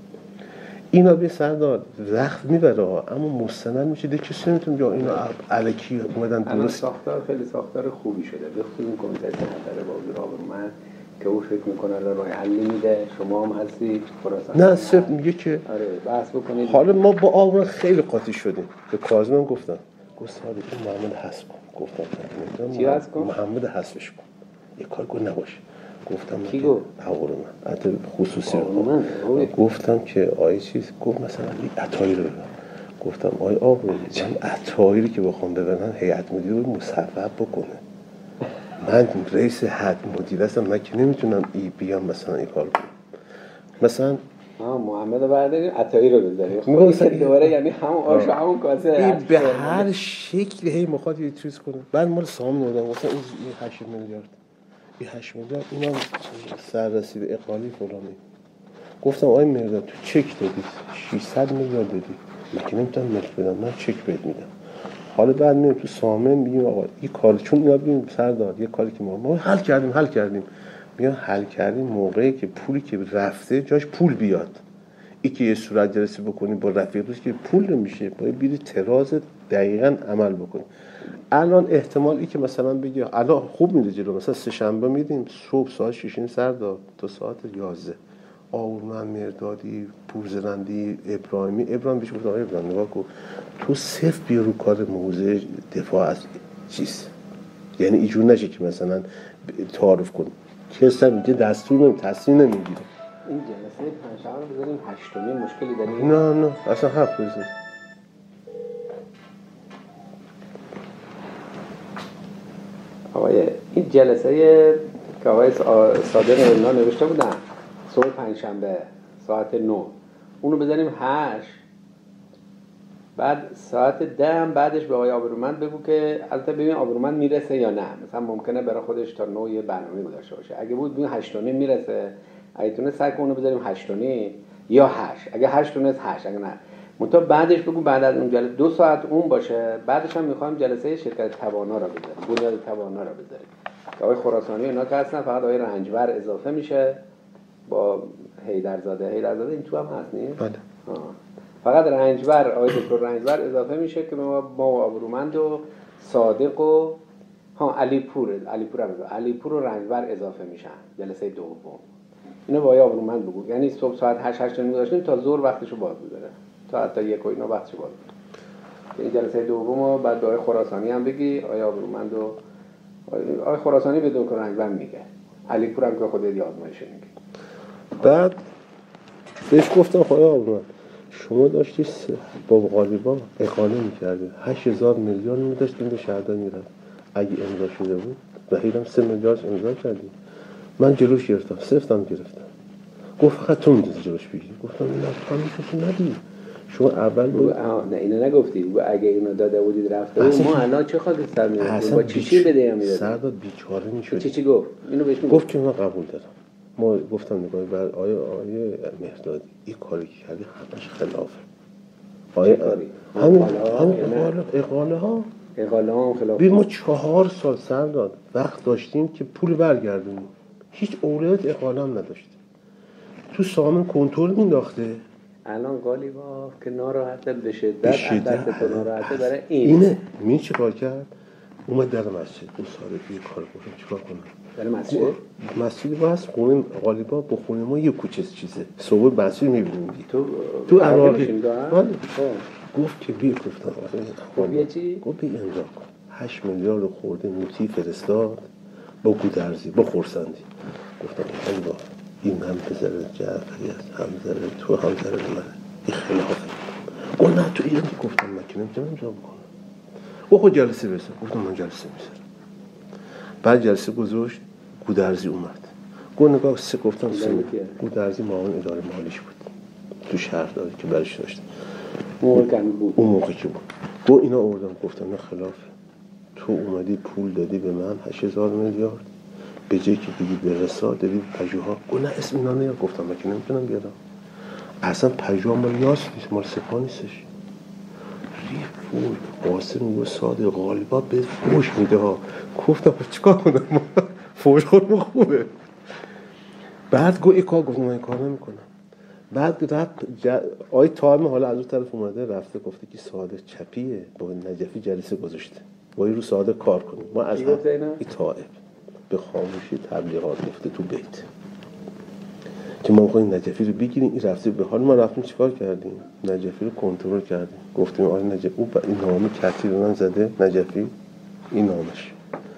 اینا به سردار وقت میبره اما مستند میشه دیگه کسی نمیتونه بیا اینا الکی اومدن درست. ساختار خیلی ساختار خوبی شده. بخصوص کمیته نظر با آبرومند که او فکر میکنه راه حل میده، شما هم هستی خراسان. نه صرف میگه که آره بحث بکنید. حالا ما با آبرومند خیلی قاطی شدیم. به کاظمم گفتم گفتم این محمد حذف کن. گفتم چی حذف کن؟ محمد حذفش کن. یه کار کن نباشه. گفتم کی گفت؟ آبرومند حتی خصوصی رو گفتم که آیه چیز گفت مثلا عطایی رو ببر. گفتم آیه آبرومند من عطایی رو که بخوام ببرن هیئت مدیره رو مصوب بکنه. من رئیس هیئت مدیره هستم، من که نمیتونم بیام مثلا این کار کنم. مثلا محمد برداری عطایی رو بذاری خب دوباره یعنی همون آش و همون کاسه این به هر شکلی هی میخواد یه چیز کنه. بعد مال سام نودم گفتم این 8 میلیارد این 8 میلیارد اینا سررسید اقالی فلانی. گفتم آقای مرداد تو چک دادی 600 میلیارد دادی، من که نمیتونم ملک بدم، من چک بهت میدم. حالا بعد میام تو سامن میگیم آقا این کار چون اینا ببین سردار یه کاری که ما حل کردیم میان حل کردیم موقعی که پولی که رفته جاش پول بیاد. این که یه صورت جلسه بکنی با رفیق دوست که پول نمیشه، باید بیری تراز دقیقاً عمل بکنی. الان احتمالی که مثلا بگی الان خوب میره جلو، مثلا سه شنبه میدیم صبح ساعت 6 سردار تا ساعت 11 آورمن مردادی پورزرندی ابراهیم بهش گفت آقای ابراهیم نگاه کن تو صرف بیا رو کار موضوع دفاع از چیز، یعنی اینجور نشه که مثلا تعارف کن کسی هم اینجا دستور تصمیم نمیگیره. این جلسه پنجشنبه رو بذاریم هشتمی مشکلی داریم؟ نه اصلا حرف بزنید. آقای این جلسه که آقای صادق اینا نوشته بودن صبح پنجشنبه ساعت 9 اونو بزنیم 8 بعد ساعت 10 هم بعدش به آقای آبرومند بگو که البته ببین آبرومند میرسه یا نه، مثلا ممکنه برای خودش تا 9 یه برنامه گذاشته باشه، اگه بود ببین 8 تا 9 میرسه، اگه تونه سعی کن اونو بذاریم 8 تا 9 یا 8 اگه 8 تونست 8 اگه نه منتها بعدش بگو بعد از اون جلسه 2 ساعت اون باشه، بعدش هم میخوایم جلسه شرکت توانا را بذاریم، بنیاد توانا را بذاریم. آقای خراسانی اینا که هستن فقط آقای رنجبر اضافه میشه با حیدرزاده این تو هم هست نیست؟ بله. فقط رنجبر آقای دکتر رنجبر اضافه میشه که ما آبرومند و صادق و علیپور و رنجبر اضافه میشن جلسه دوم. اینو با آقای آبرومند بگو، یعنی صبح ساعت 8 می‌گذاشتیم تا ظهر وقتشو باز بذاره تا حتی 1 و اینا وقتشو باز بذاره. این جلسه دومو بعد به آقای خراسانی هم بگی، آقای آبرومند و آقای خراسانی به دکتر رنجبر میگه، علیپور هم که خودت یادمایش میگه. بعد بهش گفتم خدای آبرومند شما داشتی با غالیبا اقاله میکردی 8000 میلیون میداشتیم به شهردار میرفت، اگه امضا شده بود وحیدم 3 میلیارد امضا کردی، من جلوش گرفتم سفتم گرفتم، گفت فقط تو میدونی جلوش بگیری. گفتم نه تو هم میتونی ندی، شما اول بود نه اینو نگفتی، اگه اینو داده بودید رفته بود ما الان چه خاکستر می‌رفتیم با چی بده میدادیم سرداد بیچاره میشد. چی گفت اینو بهش گفت که من قبول دارم. ما گفتم نگاه بر آیه مهدادی این کاری که کردی همش خلافه. آیه همین اقاله ها خلاف. ما 4 سال سرداد وقت داشتیم که پول برگردونیم، هیچ اولویت اقاله هم نداشتیم، تو سامن کنترل مینداخته. الان قالیباف که ناراحته به شدت دست ناراحته برای اینه می چه کار کرد؟ اومد در مسجد اون صادقی کار کنم چیکار کنم در مسجد واسه خونه قالیباف با خونه ما یه کوچه چیزه صبح مسجد میبینیم تو عراقی گفت که بیا گفتم بیا چی؟ گفت بیا امضا کن 8 میلیارد خورده موتی فرستاد با گودرزی با خورسندی. گفتم الله این هم بذاره جعفری است هم ذره تو هم ذره منه این خلافه. گفت نه تو ایران گفتم من که نمیتونم امضا بکنم. خود جلسه بذار. گفتم من جلسه میذارم. بعد جلسه گذاشت گودرزی اومد گفت نگاه سه گفتم سه گودرزی معاون اداره مالیش بود تو شهرداری که برش داشت اون موقع که بود گفت اینا آوردم گفتم نه خلافه تو اومدی پول دادی به من 8000 میلیارد به جایی که بگی به رسا دادی پژوها. گفت نه اسم اینا نیار. گفتم من که نمیتونم بیارم اصلا پژوها مال یاس نیست مال سپاه نیستش. ریفول قاسم میگه صادق غالبا به فوش میده ها. گفتم چیکار کنم فوش خودم خوبه. بعد گفت کار گفتم من این کار نمیکنم. بعد رفت آی تایم حالا از اون طرف اومده رفته گفته که صادق چپیه با نجفی جلسه گذاشته با این رو صادق کار کنیم. ما از این طائب به خاموشی تبلیغات گفته تو بیت که ما می‌خوایم نجفی رو بگیریم. این رفته به حال ما رفتیم چیکار کردیم نجفی رو کنترل کردیم. گفتیم آره نجفی او این نامه کتی رو من زده نجفی این نامش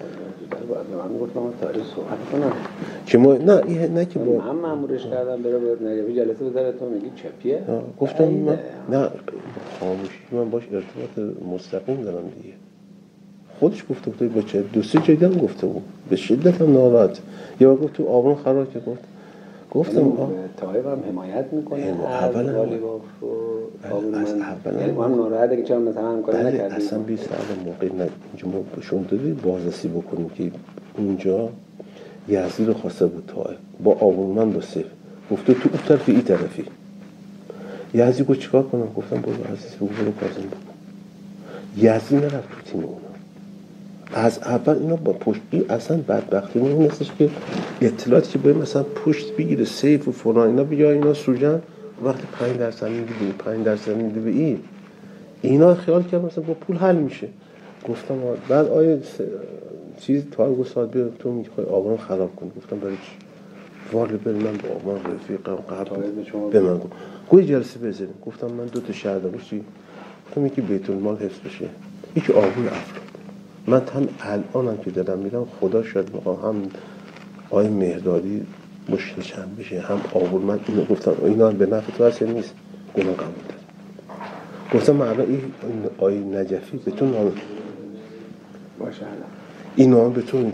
من گفتم تاریخ صحبت کنم که ما نه که با من مامورش کردم بره به نجفی جلسه بذاره تو میگی چپیه. گفتم من نه خاموشی من باش ارتباط مستقیم دارم دیگه. خودش گفته بود با چه دو سه جدی هم گفته بود به شدت هم ناراحت یا گفت تو آبرون خراب که گفتم طایب هم حمایت میکنه اول والیباف و یعنی ما هم ناراحته که چرا مثلا هم کاری نکردیم. اصلا 20 سال موقع اینجا ما بهشون دادیم بازرسی بکنیم که اونجا یزدی رو خواسته بود طایب با آبرومند با سیف گفته تو اون طرفی این طرفی یزدی گفت چیکار کنم. گفتم برو عزیز برو کازم بکن. یزدی نرفت تو تیم اونا از اول اینا با پشتی اصلا بدبختی اون نیستش که اطلاعاتی که باید مثلا پشت بگیره سیف و فلان اینا بیا اینا سوژن وقتی 5% میده 5% میده به اینا خیال کرد مثلا با پول حل میشه. گفتم بعد آیه چیز تا گفتاد بیا تو میخوای آبان خراب کنی. گفتم برای چی والا بر من با آبان رفیقم قبل به من گفت جلسه بزنیم. گفتم من 2 تا شهر دارم چی گفتم یکی بیت المال حفظ بشه یکی آبون افراد. من هم الانم که دارم میرم خدا شاید میخوام هم آقای مهدادی مشکلشم بشه هم آبون. من اینو گفتم اینا به نفع تو هست نیست. گفتم قبول دارم. گفتم من الان این آقای نجفی به تو نام باشه این نام به تو میداد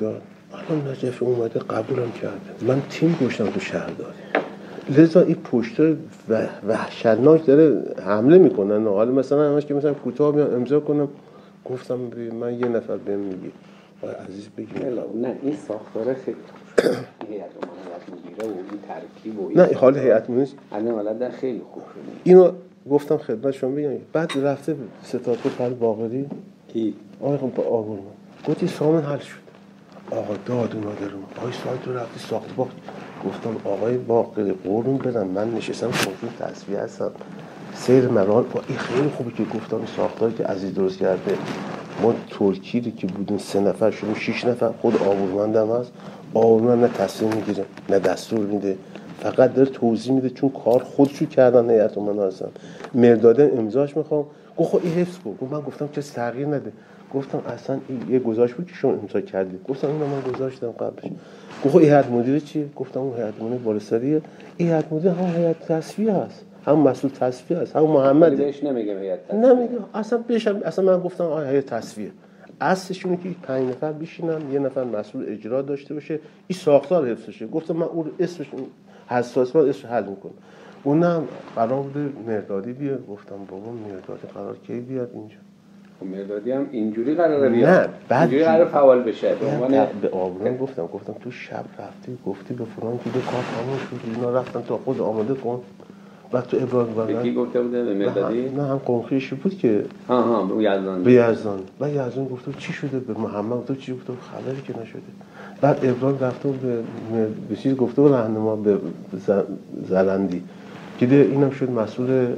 الان نجف اومده قبولم کرده، من تیم گوشتم تو شهرداری، لذا این پشتر وحشتناک داره حمله میکنن. حالا مثلا همش که مثلا کوتاه بیان امضا کنم، گفتم من یه نفر بهم میگه عزیز بگیم نه این ساختاره خیلی هیئت مدیره و این ترکیب و نه حال هیئت مدیره الان حالت خیلی خوب شده. اینو گفتم خدمت شما بگم. بعد رفته ستادگاه پر باقری کی آقا با آقا گفتی سامن حل شد. آقا داد اونا دارم آقای سایت رو رفتی ساخت باخت. گفتم آقای باقری قربون بدم من نشستم کمیته تصفیه هستم سیر مرال با این خیلی خوبه که گفتم ساختاری که عزیز درست کرده. ما ترکی که بودیم 3 نفر شدیم 6 نفر. خود آبورمندم هست، آبورمند نه تصمیم میگیره نه دستور میده، فقط داره توضیح میده چون کار خودشو کردن. هیئت من هستم مرداده امضاش میخوام. گفت خب این حفظ کن. من گفتم چه تغییر نده. گفتم اصلا این یه گزارش بود که شما امضا کردید. گفتم اینو من گذاشتم قبلش. گفت خب هیئت مدیره چیه؟ گفتم اون هیئت مدیره بالاسریه. این هیئت مدیره هم هیئت تصفیه هست، هم مسئول تصفیه هست، هم محمد بهش نمیگم هیئت تصفیه. نمیگم اصلا بهش اصلا من گفتم آها هیئت تصفیه. اصلشونه که 5 نفر بشینن، یه نفر مسئول اجرا داشته باشه، این ساختار حفظ شه. گفتم من اون اسمش حساس بود اسمش حل میکنم. اونم قرار بود مردادی بیاد. گفتم بابا مردادی قرار کی بیاد اینجا؟ مردادی هم اینجوری قراره بیاد. نه بعد اینجوری قرار فعال بشه. به آبران گفتم تو شب رفتی گفتی به فلان که کار تموم شد اینا رفتن تا خود آماده کن. بعد تو ابراهیم به کی گفته بوده؟ به مردادی؟ نه هم قنخیشی بود که به یزدان. به یزدان. بعد یزدان گفته چی شده؟ به محمد تو چی گفته؟ خبری که نشده. بعد ابراهیم رفته به چیز گفته بود راهنما به زلندی که اینم شد مسئول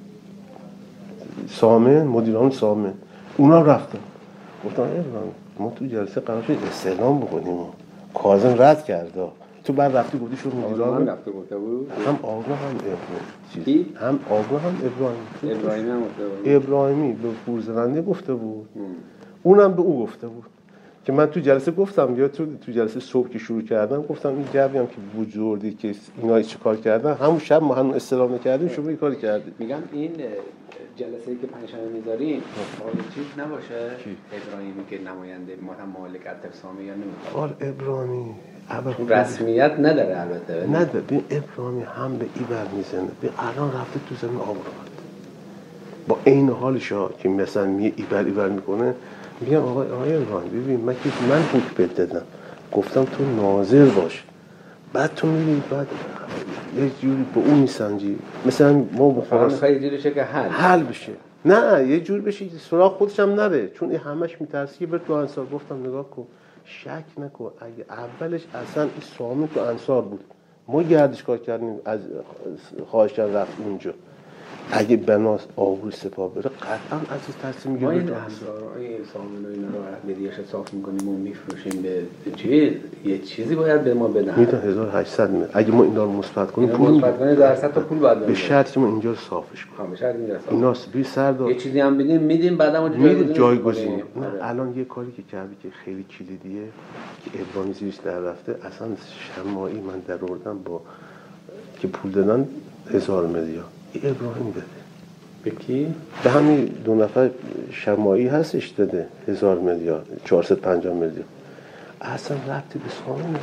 سامن، مدیران سامن. اونا رفتن. گفتم ابراهیم ما تو جلسه قرار شد استعلام بکنیم. کاظم رد کرد. تو بعد رفتی گفتی شو مدیران رفته گفته بود هم آقا هم ابراهیم هم آقا هم ابراهیمی هم گفته بود. ابراهیمی به پورزننده گفته بود. اونم به او گفته بود که من تو جلسه گفتم یا تو جلسه صبح که شروع کردم گفتم این جوی هم که وجودی که اینا چه کار کردن همون شب ما هم استلام نکردیم شما این کار کردید. میگم این جلسه‌ای که پنجشنبه میذاریم حالا چیز نباشه ابراهیمی که نماینده مالک اتفسامه یا نمیخواد ابراهیمی رسمیت نداره البته نداره. ببین ابراهیمی هم به این بر میزنه. به الان رفته تو زمین آبرومند با عین حالش که مثلا می ایبر میکنه. میگم آقای ابراهیم ببین من حکم بهت دادم گفتم تو ناظر باش. بعد تو میگی بعد یه جوری به اون میسنجی مثلا ما بخواست یه جوری شه که حل بشه. نه یه جور بشه سراغ خودش هم نره چون این همش میترسی بر تو انصار. گفتم نگاه کن شک نکن اگه اولش اصلا این سامن تو انصار بود ما گردش کار کردیم از خواهش کرد رفت اونجا. اگه بناس آبروی سپاه بره قطعا از تصمیم میگیره. ما این انصارای سامن و اینا رو بدیش صاف میکنیم و میفروشیم به چی یه چیزی باید به ما بدن. میدن 1800 میلیون. اگه ما اینا رو مثبت کنیم پول مثبت کنیم درصد تا پول باید به شرطی که ما اینجا رو صافش کنیم. به شرط اینجا صاف. اینا بی سردا یه چیزی هم میدیم بعدا ما جایگزین. نه الان یه کاری که کردی که خیلی کلیدیه که ابراهیم زیرش در رفته. اصلا شماعی من در آوردم با که پول دادن 1000 میلیون ابراهیم بده. به کی؟ به همین 2 نفر شماعی هستش داده 1000 میلیون 450 میلیون. اصلا ربطی به سامن نداره.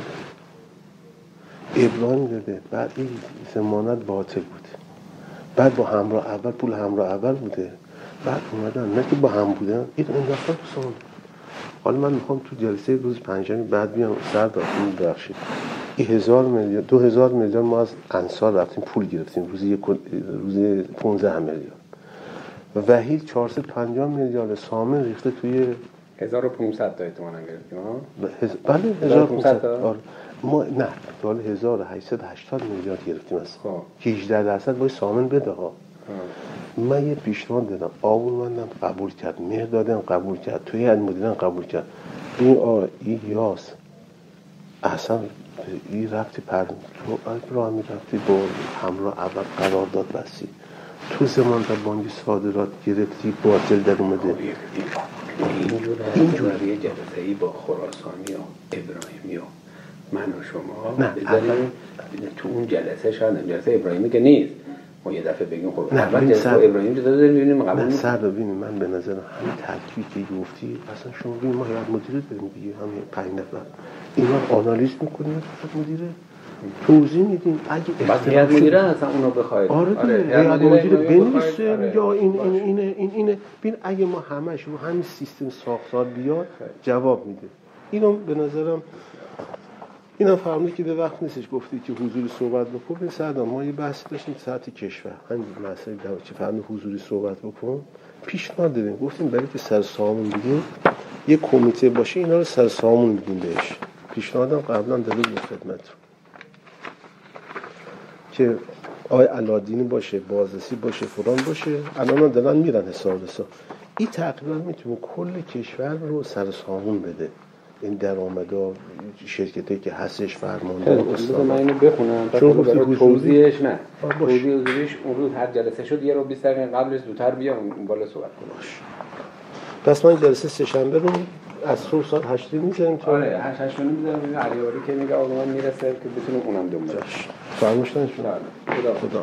ابراهیم داده. بعد این ضمانت باطل بوده. بعد با همراه اول پول همراه اول بوده. بعد اومدن نه که با هم بودن این انداختن تو سامن. حالا من میخوام تو جلسه روز پنجشنبه بعد بیام سر داشتم ببخشید این 1000 میلیون 2000 میلیون ما از انصار رفتیم پول گرفتیم روز 15 میلیون. وحید 450 میلیون سامن ریخته توی 1500 تا احتمالاً گرفتیم ها. بله 1500 آره. ما نه سال 1880 میلیارد گرفتیم از که 18% باید سامن بده ها. من یه پیشنهاد دادم آبورمندم قبول کرد مهردادم قبول کرد توی هیئت مدیره قبول کرد. این یاس اصلا این رفتی تو ابراهیمی رفتی با همراه اول قرارداد بستی تو زمان در بانک صادرات گرفتی باطل در اومده. اینجور یه جلسه‌ای با خراسانی و ابراهیمی و من و شما بذاریم تو اون جلسه. شاید جلسه ابراهیمی که نیست ما یه دفعه بگیم خب اول جلسه ابراهیم جدا داریم ببینیم قبول نه سر ببینیم من به نظر همین ترکیبی که گفتی اصلا شما ببین ما هیئت مدیره داریم دیگه همین 5 نفر اینا آنالیز میکنیم هیئت مدیره توضیح میدیم اگه هیئت مدیره اصلا اونو بخواید هیئت مدیره بنویسه یا اینه ببین اگه ما همش رو همین سیستم ساختار بیاد جواب میده. اینو به نظرم اینا فرمودی که به وقت نیستش گفتی که حضوری صحبت بکن. سردار ما یه بحث داشتیم ساعت کشور همین مسئله چه فرمود حضوری صحبت بکن پیشنهاد دادیم گفتیم برای که سر سامون بگیم یه کمیته باشه اینا رو سر سامون میدیم بهش. پیشنهادم قبلا داده بود خدمتتون که آقای علادینی باشه بازرسی باشه فلان باشه الان دارن میرن حساب این تقریبا میتونه کل کشور رو سر سامون بده. این درآمدا شرکتی که هستش فرمانده استاد من اینو بخونم چون گفتی توضیحش نه توضیح حضوریش اون روز هر جلسه شد یه رو 20 دقیقه قبلش زودتر بیام اون بالا صحبت کنم. پس من جلسه سه شنبه رو از صبح ساعت 8 میذاریم تا آره 8 میذاریم علیواری که میگه آقا من میرسه که بتونیم اونم دنبالش فرمایشتون خدا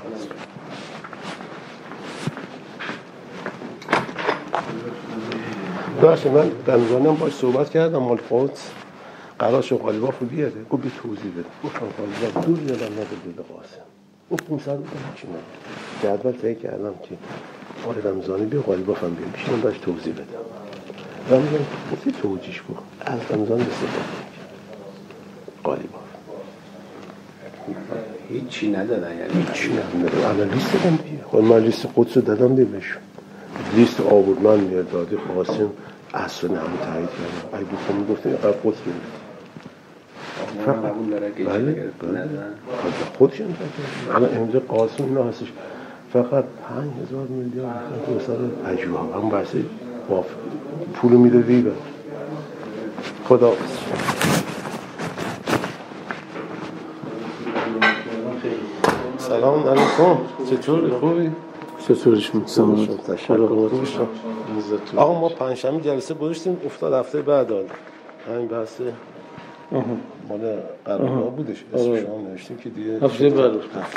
باشه. من رمضانم باش صحبت کردم مال فوت قرار شد قالیباف رو بیاره گفت بی توضیح بده گفتم قالیباف دور یادم نده قاسم اون 500 چی من جدول تهیه کردم که آقای رمضانی بیا قالیباف هم بیا پیشم باش توضیح بده. رمضان گفتی توجیش کن از رمضان استفاده قالیباف هیچی ندادن یعنی هیچی ندادن الان لیست دادم دیگه خب من لیست قدس رو دادم بهشون لیست آورد من میردادی قاسم اصلا همون تایید کردم اگه بخوام میگفتم یه قرار قدس گرفت فقط قبول داره که بله خودش هم تایید الان امضا قاسم اینا هستش فقط 5000 میلیارد تو سر عجوبه هم بحث پول میده ریبه. خدا سلام علیکم چطوری خوبی؟ چطوری شما؟ سلام تشکر. آقا ما پنجشنبه جلسه گذاشتیم افتاد هفته بعد داد همین بحث مال قرارداد بودش اسمش هم نوشتیم که دیگه هفته بعد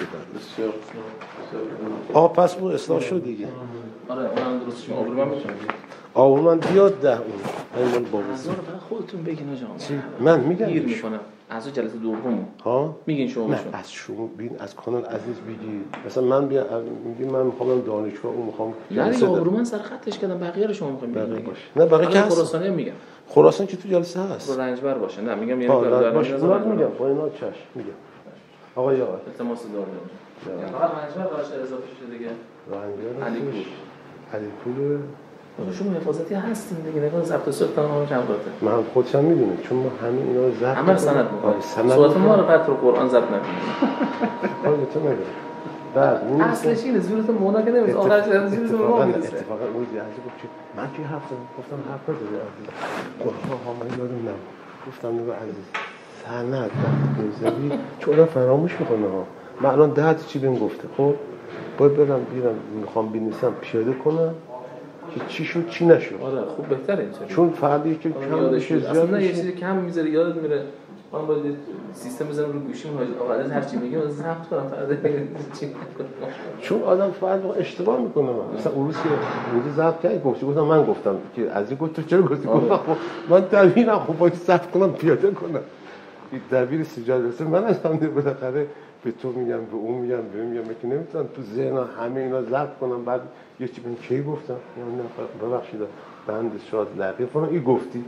آقا پس اون اصلاح شد دیگه. آره اونم درست شما آبرو من میتونم آقا من بیاد ده اون همین مال بابوسی خودتون بگین آجا من میگم گیر میکنم از جلسه دوم ها میگین شما نه از شما ببین از کانال عزیز بگی مثلا من میگم من میخوام دانشگاه اون میخوام نه آبرو من سر خطش کردم بقیه رو شما میخوایم بگین باشه نه بقیه که خراسانی میگم خراسان که تو جلسه هست رو رنجبر باشه نه میگم یعنی کار باشه میگم با اینا چش میگم آقا یا التماس دارم فقط رنجبر باشه اضافه شده دیگه رنجبر علی پول شما حفاظتی هستین دیگه نگاه ضبط صوت تمام جمعاته من خودم میدونم چون ما همین اینا رو ضبط همه سند میکنیم صورت ما رو بعد رو قرآن ضبط نکنیم حالا تو نگه بعد اصلش اینه زورت مونا که نمیشه آخرش زورت ما میرسه اتفاقا اون دیگه گفت من توی حرف گفتم حرف بزنید عزیز ها من یادم نم گفتم نگاه عزیز سند بزنی چون فراموش میکنه ها من الان 10 چی بهم گفته خب باید برم میخوام بنویسم پیاده کنم که چی شد چی نشد. آره خوب بهتره اینطوری چون فردی که کم بشه زیاد نه یه چیزی کم میذاره یادت میره من باید سیستم بزنم رو گوشیمون آقا هر چی میگه ضبط کنم فردا چی چون آدم فرد اشتباه میکنه مثلا اون روز که میگه ضبط کردی گفتم من گفتم که از این گفت تو چرا گفتی گفتم خب من دبیرم خب باید ضبط کنم پیاده کنم این دبیر سجاده من هستم بالاخره به تو میگم به اون میگم به میگم که نمیتونم تو ذهن همه اینا ضبط کنم بعد یه چی من کی گفتم یا نه ببخشید بند شاد لقیه فلان این گفتی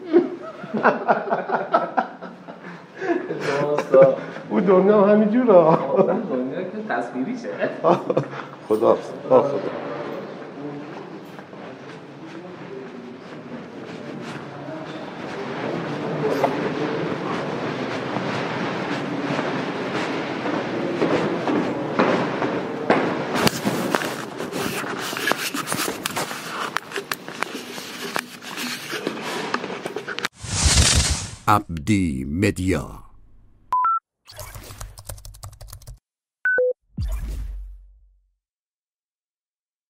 او دنیا همین جوره دنیا که تصویریشه خدا عبدی مدیا